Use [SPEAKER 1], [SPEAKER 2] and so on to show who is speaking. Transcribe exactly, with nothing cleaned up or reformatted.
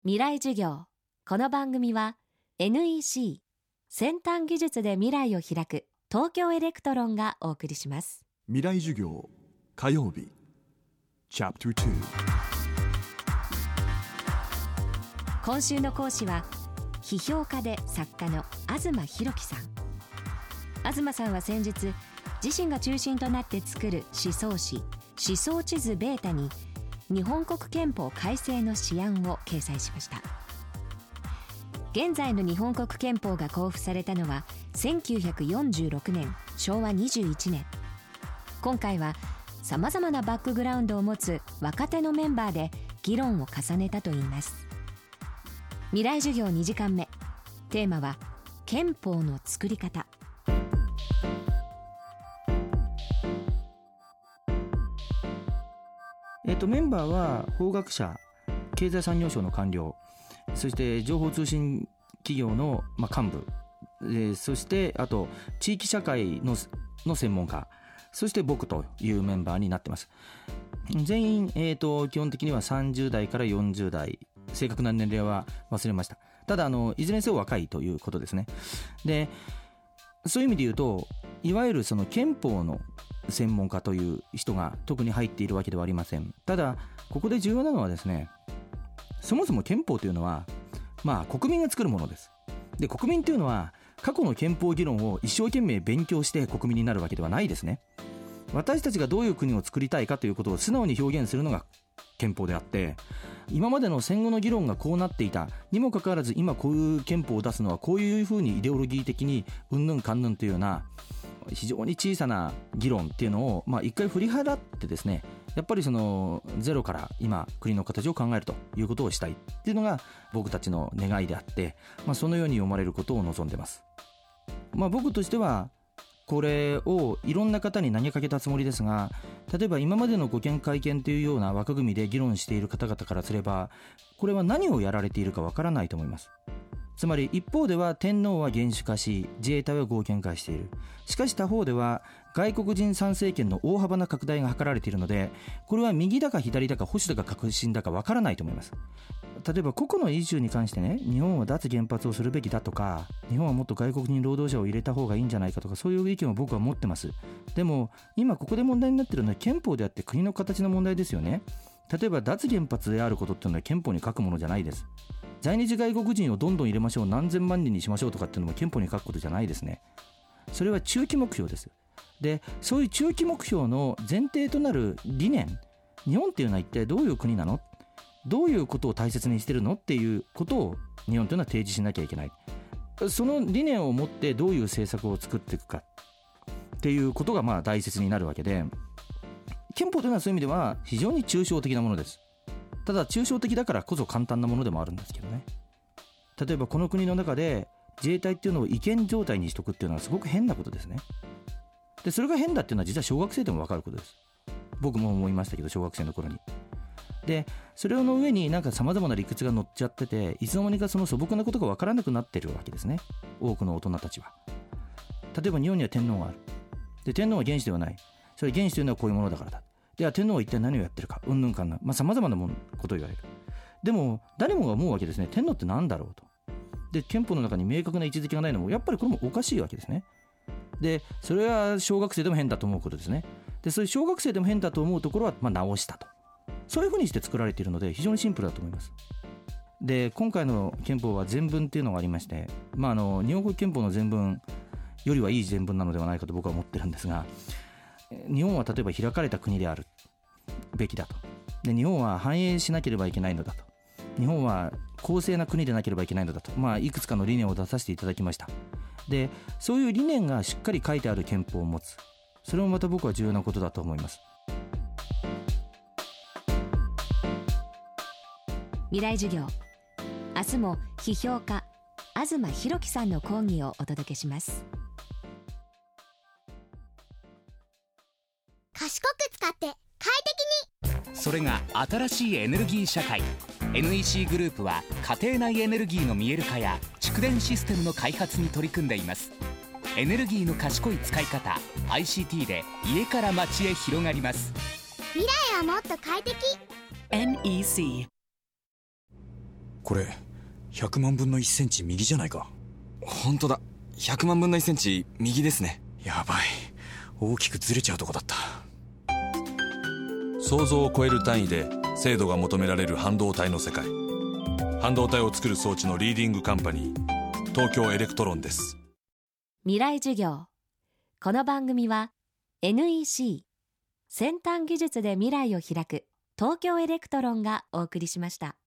[SPEAKER 1] 未来授業。この番組は エヌイーシー 先端技術で未来を開く東京エレクトロンがお送りします。
[SPEAKER 2] 未来授業火曜日チャプターツー。
[SPEAKER 1] 今週の講師は批評家で作家の東博樹さん。東さんは先日自身が中心となって作る思想誌思想地図ベータに日本国憲法改正の試案を掲載しました。現在の日本国憲法が公布されたのはせんきゅうひゃくよんじゅうろくねん、しょうわにじゅういちねん。今回はさまざまなバックグラウンドを持つ若手のメンバーで議論を重ねたといいます。未来授業にじかんめ、テーマは憲法の作り方。
[SPEAKER 3] えっと、メンバーは法学者、経済産業省の官僚、そして情報通信企業の、まあ、幹部、えー、そしてあと地域社会 の, の専門家、そして僕というメンバーになってます。全員、えー、と基本的にはさんじゅうだいからよんじゅうだい、正確な年齢は忘れました。ただあのいずれにせよ若いということですね。で、そういう意味で言うと、いわゆるその憲法の専門家という人が特に入っているわけではありません。ただここで重要なのはですね、そもそも憲法というのは、まあ国民が作るものです。で、国民というのは過去の憲法議論を一生懸命勉強して国民になるわけではないですね。私たちがどういう国を作りたいかということを素直に表現するのが憲法であって、今までの戦後の議論がこうなっていたにもかかわらず、今こういう憲法を出すのはこういうふうにイデオロギー的にうんぬんかんぬんというような非常に小さな議論っていうのを、まあ一回振り払ってですね、やっぱりそのゼロから今国の形を考えるということをしたいっていうのが僕たちの願いであって、まあ、そのように読まれることを望んでます。まあ、僕としてはこれをいろんな方に投げかけたつもりですが、例えば今までの護憲改憲というような枠組みで議論している方々からすれば、これは何をやられているかわからないと思います。つまり一方では天皇は厳守化し、自衛隊は合憲化している。しかし他方では外国人参政権の大幅な拡大が図られているので、これは右だか左だか保守だか革新だかわからないと思います。例えば個々のイシューに関してね、日本は脱原発をするべきだとか、日本はもっと外国人労働者を入れた方がいいんじゃないかとか、そういう意見を僕は持ってます。でも今ここで問題になっているのは憲法であって国の形の問題ですよね。例えば脱原発であることっていうのは憲法に書くものじゃないです。在日外国人をどんどん入れましょう、何千万人にしましょうとかっていうのも憲法に書くことじゃないですね。それは中期目標です。で、そういう中期目標の前提となる理念、日本っていうのは一体どういう国なの、どういうことを大切にしてるのっていうことを日本というのは提示しなきゃいけない。その理念を持ってどういう政策を作っていくかっていうことがまあ大切になるわけで、憲法というのはそういう意味では非常に抽象的なものです。ただ抽象的だからこそ簡単なものでもあるんですけどね。例えばこの国の中で自衛隊っていうのを違憲状態にしとくっていうのはすごく変なことですね。で、それが変だっていうのは実は小学生でも分かることです。僕も思いましたけど、小学生の頃に。で、それの上になんか様々な理屈が乗っちゃってて、いつの間にかその素朴なことが分からなくなってるわけですね、多くの大人たちは。例えば日本には天皇がある。で、天皇は原始ではない。それ原始というのはこういうものだからだ。では天皇は一体何をやってるか、うんぬんかんな、まあ様々なものことを言われる。でも誰もが思うわけですね。天皇って何だろうと。で、憲法の中に明確な位置づけがないのもやっぱりこれもおかしいわけですね。で、それは小学生でも変だと思うことですね。で、そういう小学生でも変だと思うところはまあ直したと。そういうふうにして作られているので非常にシンプルだと思います。で、今回の憲法は前文っていうのがありまして、まああの日本国憲法の前文よりはいい前文なのではないかと僕は思ってるんですが、日本は例えば開かれた国であるべきだと。で、日本は繁栄しなければいけないのだと。日本は公正な国でなければいけないのだと、まあ、いくつかの理念を出させていただきました。で、そういう理念がしっかり書いてある憲法を持つ、それもまた僕は重要なことだと思います。
[SPEAKER 1] 未来授業、明日も批評家東博樹さんの講義をお届けします。
[SPEAKER 4] 賢く使って快適に、
[SPEAKER 5] それが新しいエネルギー社会。 エヌイーシー グループは家庭内エネルギーの見える化や蓄電システムの開発に取り組んでいます。エネルギーの賢い使い方 アイシーティー で家から街へ広がります。
[SPEAKER 4] 未来はもっと快適。
[SPEAKER 6] エヌイーシーこれひゃくまんぶんのいちセンチ右じゃないか。
[SPEAKER 7] 本当だ、ひゃくまんぶんのいちセンチ右ですね。
[SPEAKER 6] やばい、大きくずれちゃうとこだった。
[SPEAKER 2] 想像を超える単位で精度が求められる半導体の世界。半導体を作る装置のリーディングカンパニー、東京エレクトロンです。
[SPEAKER 1] 未来授業。この番組は エヌイーシー 先端技術で未来を開く東京エレクトロンがお送りしました。